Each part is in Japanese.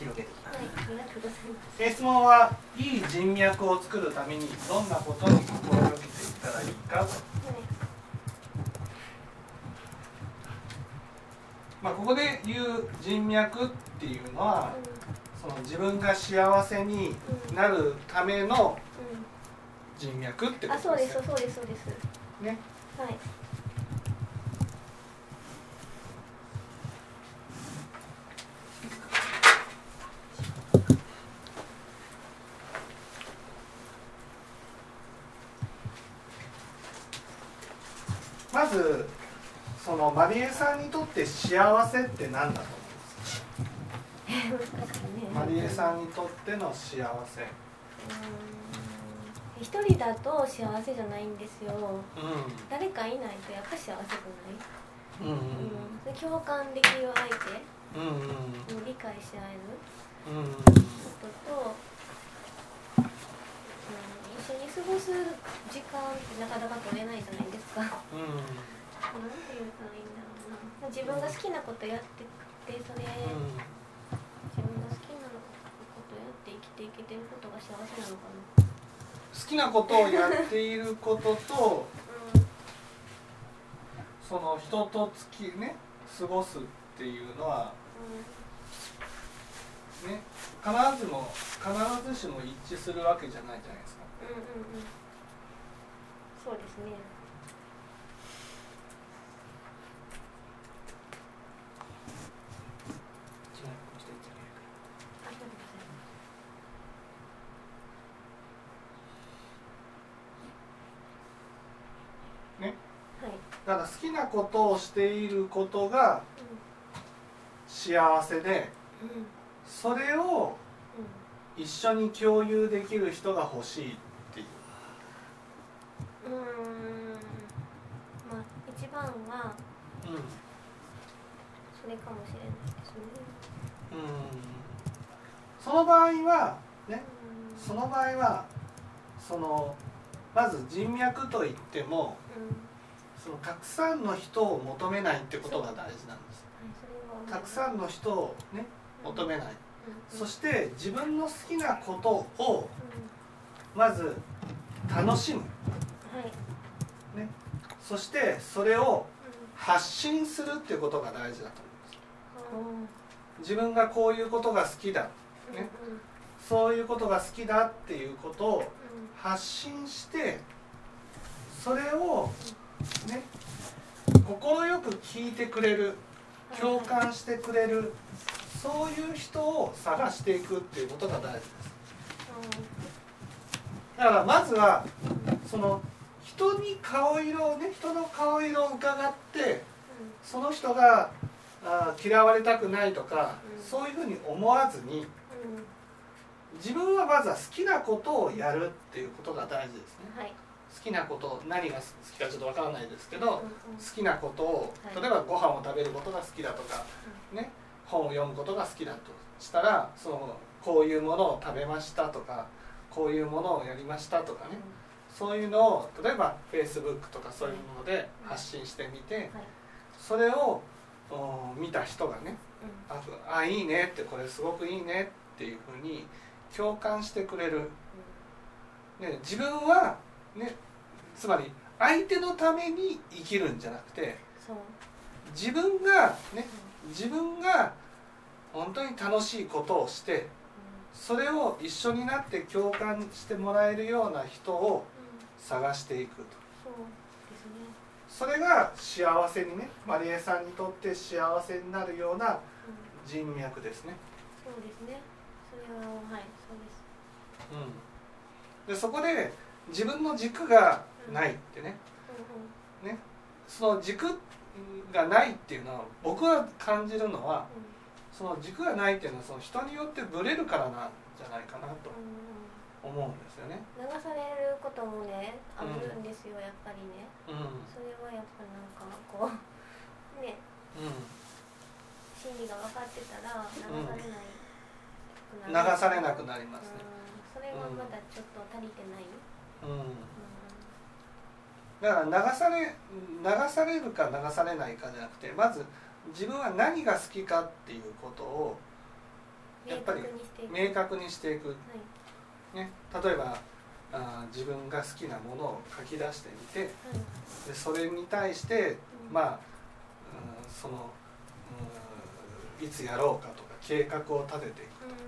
広げてください。 はい、ありがとうございます。 質問はいい人脈を作るためにどんなことに心がけていったらいいかと、ここで言う人脈っていうのは、その自分が幸せになるための人脈ってことですね。 そうです、そうです、そうです。 ね。 はい。 まずそのマリエさんにとって幸せって何だと思いますか？マリエさんにとっての幸せ。 一人だと幸せじゃないんですよ。誰かいないとやっぱ幸せじゃない。共感できる相手、理解し合えることと、一緒に過ごす時間ってなかなか取れないじゃないですか。なんて言うたらいいんだろうな。自分が好きなことやってて、それ、自分が好きなことやって生きていけてることが幸せなのかな。 好きなことをやっていることと、その人と過ごすっていうのは、ね、必ずしも一致するわけじゃないじゃないですか。 そうですね。 ね、だから好きなことをしていることが幸せで、それを一緒に共有できる人が欲しいっていう。 一番はそれかもしれないですね。 その場合はね、そのまず人脈といっても、そのたくさんの人を求めないってことが大事なんです。たくさんの人をね、求めない。そして自分の好きなことをまず楽しむ。ね、そしてそれを発信するっていうことが大事だと思います。自分がこういうことが好きだ、ね、そういうことが好きだっていうことを発信して、それをね、快く聞いてくれる、共感してくれる、そういう人を探していくっていうことが大事です。だからまずはその人の顔色を伺って、その人が嫌われたくないとか、そういうふうに思わずに、自分はまずは好きなことをやるっていうことが大事ですね。好きなこと、何が好きかちょっとわからないですけど、好きなことを、例えばご飯を食べることが好きだとか、ね、本を読むことが好きだとしたら、こういうものを食べましたとか、こういうものをやりましたとかね、そういうのを例えば Facebook とかそういうもので発信してみて、それを見た人がね、いいねって、これすごくいいねっていうふうに共感してくれる。自分はね、つまり相手のために生きるんじゃなくて、自分が本当に楽しいことをして、それを一緒になって共感してもらえるような人を探していくと。それが幸せにね、マリエさんにとって幸せになるような人脈ですね。 そうですね。それはそうです。 でそこで自分の軸がないってね、その軸がないっていうのは、僕が感じるのは、その軸がないっていうのは、その人によってブレるからなんじゃないかなと思うんですよね。 流されることもね、あるんですよ、やっぱりね。それはやっぱなんかこうね、真理が分かってたら流されなくなりますね。 それはまだちょっと足りてない。 だから流されるか流されないかじゃなくて、まず自分は何が好きかっていうことをやっぱり明確にしていく、ね、例えば自分が好きなものを書き出してみて、でそれに対して、そのいつやろうかとか計画を立てていくと、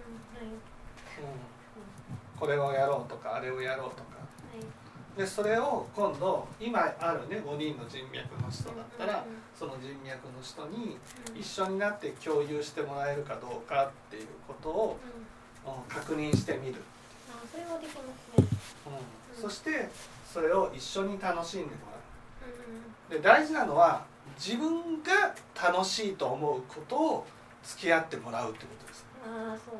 これをやろうとかあれをやろうとか、でそれを今度今あるね5人の人脈の人だったら、その人脈の人に一緒になって共有してもらえるかどうかっていうことを確認してみる。 それはできますね。 そしてそれを一緒に楽しんでもらう。で大事なのは自分が楽しいと思うことを付き合ってもらうってことです。 そうですね。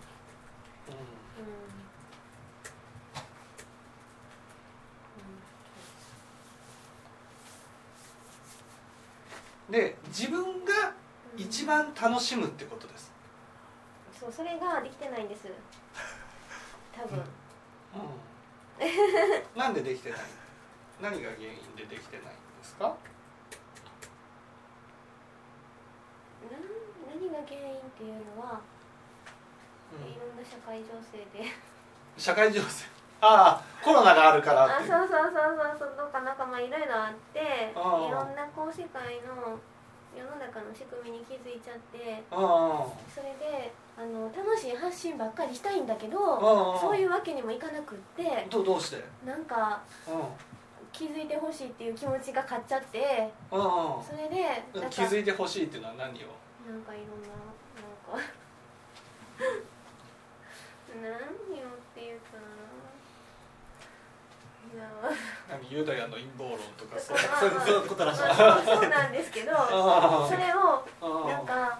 で自分が一番楽しむってことです。 そうそれができてないんです。多分。 なんでできてない？何が原因でできてないんですか？ 何が原因っていうのは、いろんな社会情勢で。 社会情勢。コロナがあるからって。 そうとかなんかいろいろあって、いろんな世界の世の中の仕組みに気づいちゃって、それで楽しい発信ばっかりしたいんだけど、そういうわけにもいかなくって。 どうして？ なんか。気づいてほしいっていう気持ちが勝っちゃって、それで気づいてほしいっていうのは何を？ なんかいろんな何をっていうかユダヤの陰謀論とかそういうことらしい。 そうなんですけど、それをなんか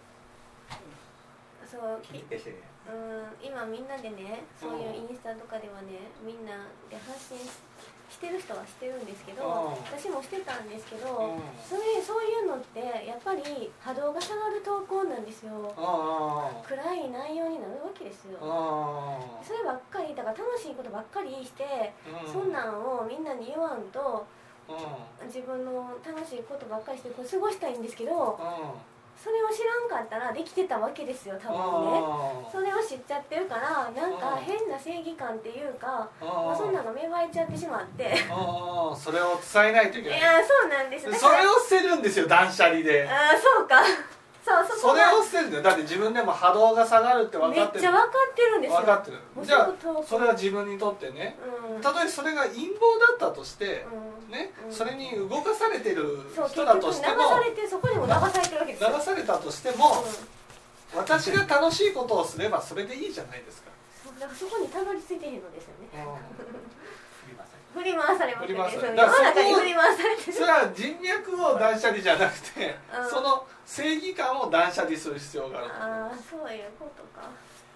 今みんなでね、そういうインスタとかではね、みんなで発信してる人はしてるんですけど、私もしてたんですけど、そういうのってやっぱり波動が下がる投稿なんですよ。暗い内容になるわけですよ。そればっかりだから楽しいことばっかりして、そんなんをみんなに言わんと、自分の楽しいことばっかりして過ごしたいんですけど、それを知らんかったらできてたわけですよ、多分ね。それを知っちゃってるから、なんか変な正義感っていうか、そんなの芽生えちゃってしまってそれを伝えないといけない。 いや、そうなんです。 それを捨てるんですよ、断捨離で。 そうか。 それを捨てるんだよ。だって自分でも波動が下がるって分かってる。 めっちゃ分かってるんですよ。 分かってる。じゃあそれは自分にとってね、たとえそれが陰謀だったとしてね、それに動かされてる人だとしても、 流されて、そこにも流されてるわけですよ。 流されたとしても、私が楽しいことをすればそれでいいじゃないですか。 だからそこにたどり着いてへんのですよね。振り回されますよね。 世の中に振り回されてる。 それは人脈を断捨離じゃなくて、その正義感を断捨離する必要がある。 そういうことか。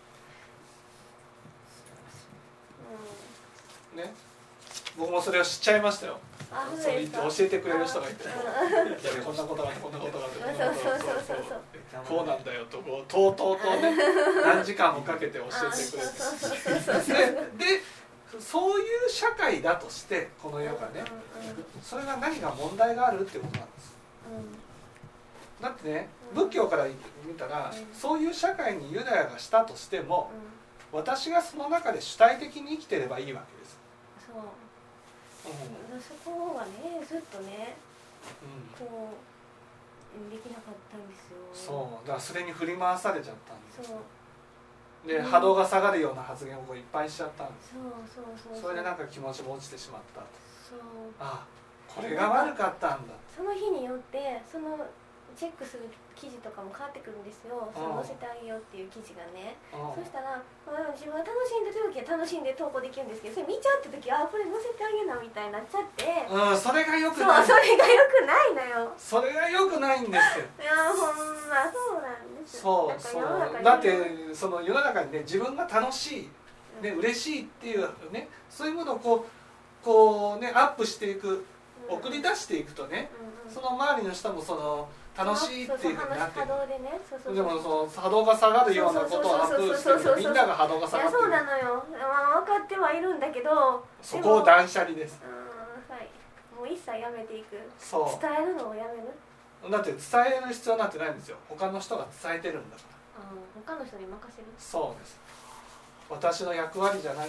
ね、僕もそれを知っちゃいましたよ。それ教えてくれる人がいて、こんなことがあってこんなことがあってこうなんだよとこうとうとうとね、何時間もかけて教えてくれる。でそういう社会だとしてこの世がね、それが何が問題があるってことなんです。だってね、仏教から見たら、そういう社会にユダヤがしたとしても、私がその中で主体的に生きてればいいわけです。 そう、そこがね、ずっとね、こうできなかったんですよ。 そう、だからそれに振り回されちゃったんです。 そうで、波動が下がるような発言をいっぱいしちゃったんです。 そうそれでなんか気持ちも落ちてしまった。 そう、 これが悪かったんだ。 その日によってそのチェックする記事とかも変わってくるんですよ。その載せてあげようっていう記事がね。そしたら、自分が楽しんでる時は楽しんで投稿できるんですけど、それ見ちゃった時これ載せてあげなみたいになっちゃって、 それが良くない。 それが良くないのよ。 それが良くないんですよ。 いや、ほんまそうなんですよ。 そうだってその世の中にね、自分が楽しい、ね、嬉しいっていうね、そういうものをこうね、アップしていく、送り出していくとね、その周りの人もその分しいっていうふうになってる。でもその波動が下がるようなことをアップしてる、みんなが波動が下がってる。 そうなのよ。分かってはいるんだけど、 そこを断捨離です。 はい、もう一切やめていく。 そう、 伝えるのをやめる。 だって伝える必要なんてないんですよ。他の人が伝えてるんだか他の人に任せる。 そうです。私の役割じゃない。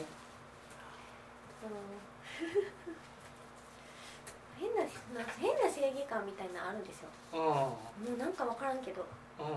変な正義感みたいなのあるんですよ。もうなんか分からんけど。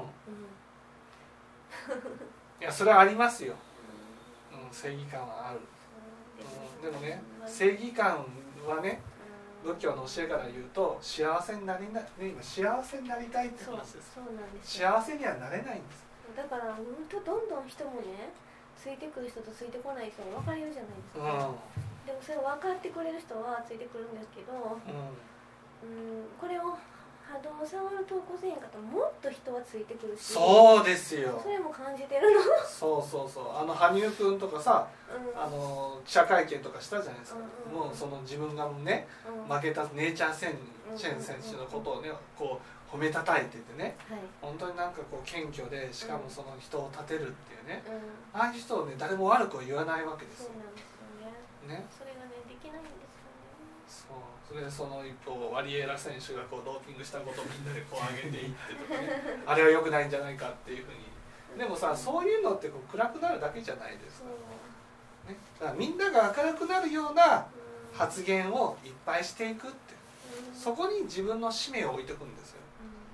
いやそれはありますよ。正義感はある。でもね、正義感はね、仏教の教えから言うと幸せになり今幸せになりたいって話です。 そうなんです。 幸せにはなれないんです。 だからどんどん人もね、ついてくる人とついてこない人が分かれるじゃないですか。でもそれを分かってくれる人はついてくるんですけど、これを波動を触る投稿せへんかったらもっと人はついてくるし。そうですよ。それも感じてるの。そう羽生くんとかさ、記者会見とかしたじゃないですか。もうその自分がね、負けたネイチャーチェン選手のことをね、こう褒めたたいててね、本当になんかこう謙虚で、しかもその人を立てるっていうね、ああいう人をね誰も悪くは言わないわけですよ。そうなんですよね。それがねできないんですよね。それでその一方ワリエラ選手がこうドーピングしたことをみんなでこう上げていってとかねあれは良くないんじゃないかっていうふうに。でもさ、そういうのってこう暗くなるだけじゃないですか、ね、だからみんなが明るくなるような発言をいっぱいしていくって、そこに自分の使命を置いていくんですよ、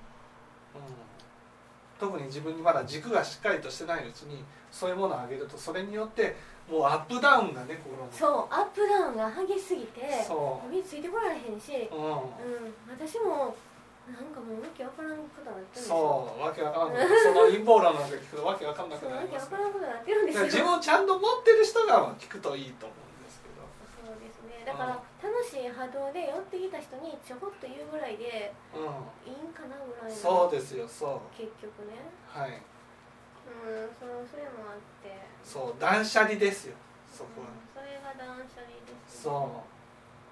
特に自分にまだ軸がしっかりとしてないうちにそういうものをあげると、それによってもうアップダウンがね、 そうアップダウンが激しすぎて身ついてこられへんし、私もなんかもうわけわからんことになってるんですよ。そうわけわからんことその陰謀論なんて聞くとわけわかんなくなります。わけわからんことになってるんですよ。自分をちゃんと持ってる人が聞くといいと思うんですけど。そうですね。だから楽しい波動で寄ってきた人にちょこっと言うぐらいでいいんかなぐらいの。そうですよ。そう結局ね。はい。それもあって。そう断捨離ですよ。そこは。それが断捨離です、ね。そう。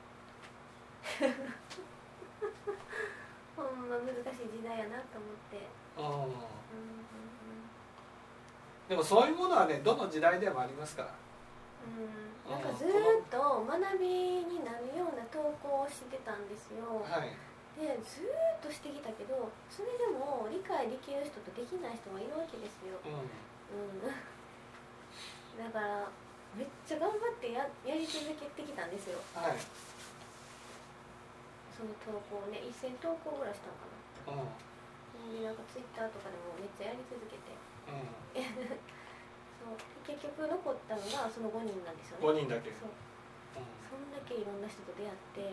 ほんま難しい時代やなと思って。でもそういうものはね、どの時代でもありますから。なんかずっと学びになるような投稿をしてたんですよ。はい。でずっとしてきたけど、それでも理解できる人とできない人がいるわけですよ。だからめっちゃ頑張ってやり続けてきたんですよ。はい。その投稿をね、1000投稿ぐらいしたのかな。でなんかツイッターとかでもめっちゃやり続けて、そう結局残ったのがその5人なんですよね。5人だけ。そう、そんだけいろんな人と出会って、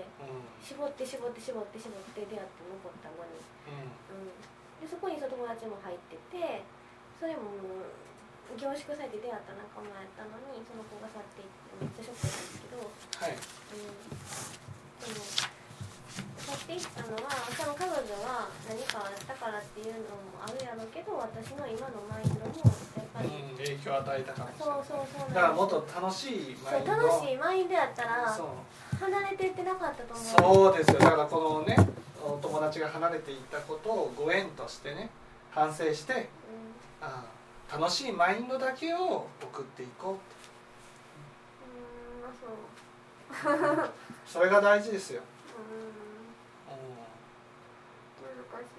絞って出会って残った5人、でそこにその友達も入ってて、それも凝縮されて出会った仲間やったのに、その子が去っていってめっちゃショックなんですけど、はい。でも去っていったのは、その彼女は何かあったからっていうのもあるやろうけど、私の今のマインドもやっぱり、影響を与えたかもしれない。そうだからもっと楽しいマインド、楽しいマインドやったら離れていってなかったと思う。そうですよ。だからこのね、お友達が離れていったことをご縁としてね、反省して、楽しいマインドだけを送っていこうと。そうそれが大事ですよ。難しい。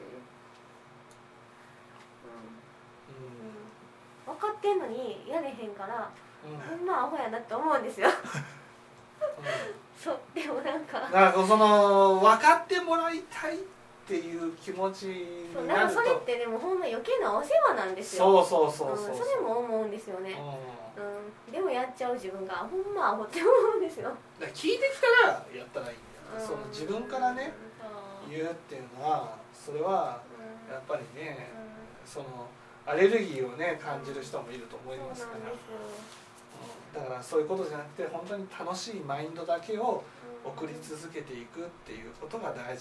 分かってんのにやれへんから、ほんまアホやなって思うんですよ。そうでもなんかだからその分かってもらいたいっていう気持ちになると、それってでもほんま余計なお世話なんですよ。そうそれも思うんですよね。でもやっちゃう自分がほんまアホって思うんですよ。だから聞いてきたらやったらいいんだよ。その自分からね言うっていうのは、それはやっぱりね、そのアレルギーをね感じる人もいると思いますから、だからそういうことじゃなくて、本当に楽しいマインドだけを送り続けていくっていうことが大事なんです。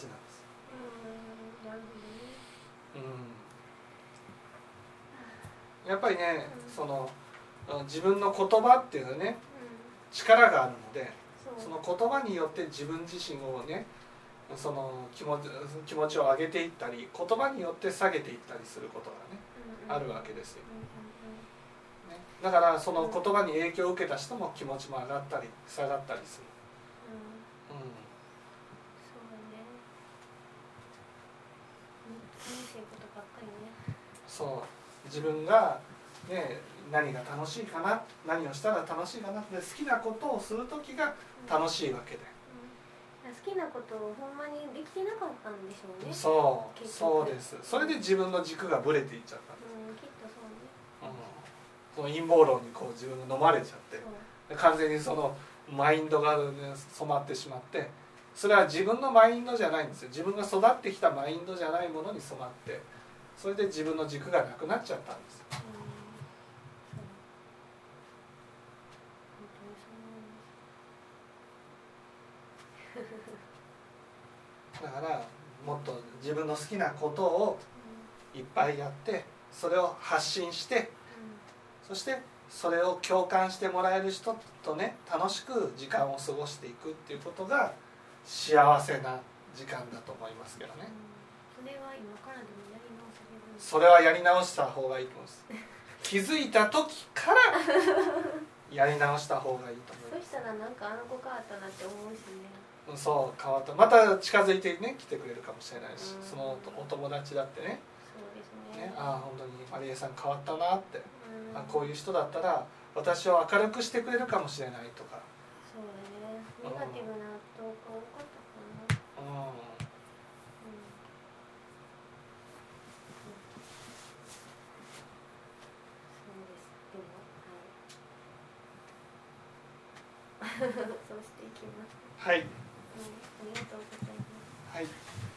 やっぱりね、その自分の言葉っていうのはね、力があるので、その言葉によって自分自身をね、その気持ちを上げていったり、言葉によって下げていったりすることがね、あるわけですよ。だからその言葉に影響を受けた人も気持ちも上がったり下がったりする。そうね。楽しいことばっかりね。そう。 自分が、ね、何が楽しいかな、何をしたら楽しいかなで好きなことをする時が楽しいわけで、 好きなことをほんまにできてなかったんでしょうね。 そうです。それで自分の軸がぶれていっちゃったんです、 きっとそうね、 その陰謀論にこう自分が飲まれちゃって完全にそのマインドが、ね、染まってしまって、それは自分のマインドじゃないんですよ。自分が育ってきたマインドじゃないものに染まって、それで自分の軸がなくなっちゃったんです。だからもっと自分の好きなことをいっぱいやって、それを発信して、そしてそれを共感してもらえる人とね、楽しく時間を過ごしていくっていうことが幸せな時間だと思いますけどね。 それは今からでもやり直せるんですか？ それはやり直した方がいいと思います。気づいた時からやり直した方がいいと思います。 そしたらなんかあの子変わったなって思うしね。 そう変わった、また近づいてね来てくれるかもしれないし、そのお友達だってね、 そうですね、 ああ本当にマリエさん変わったなって、こういう人だったら私を明るくしてくれるかもしれないとか。 そうね、ネガティブな投稿多かったかな。そうしていきます。 はい。 ありがとうございます。 はい。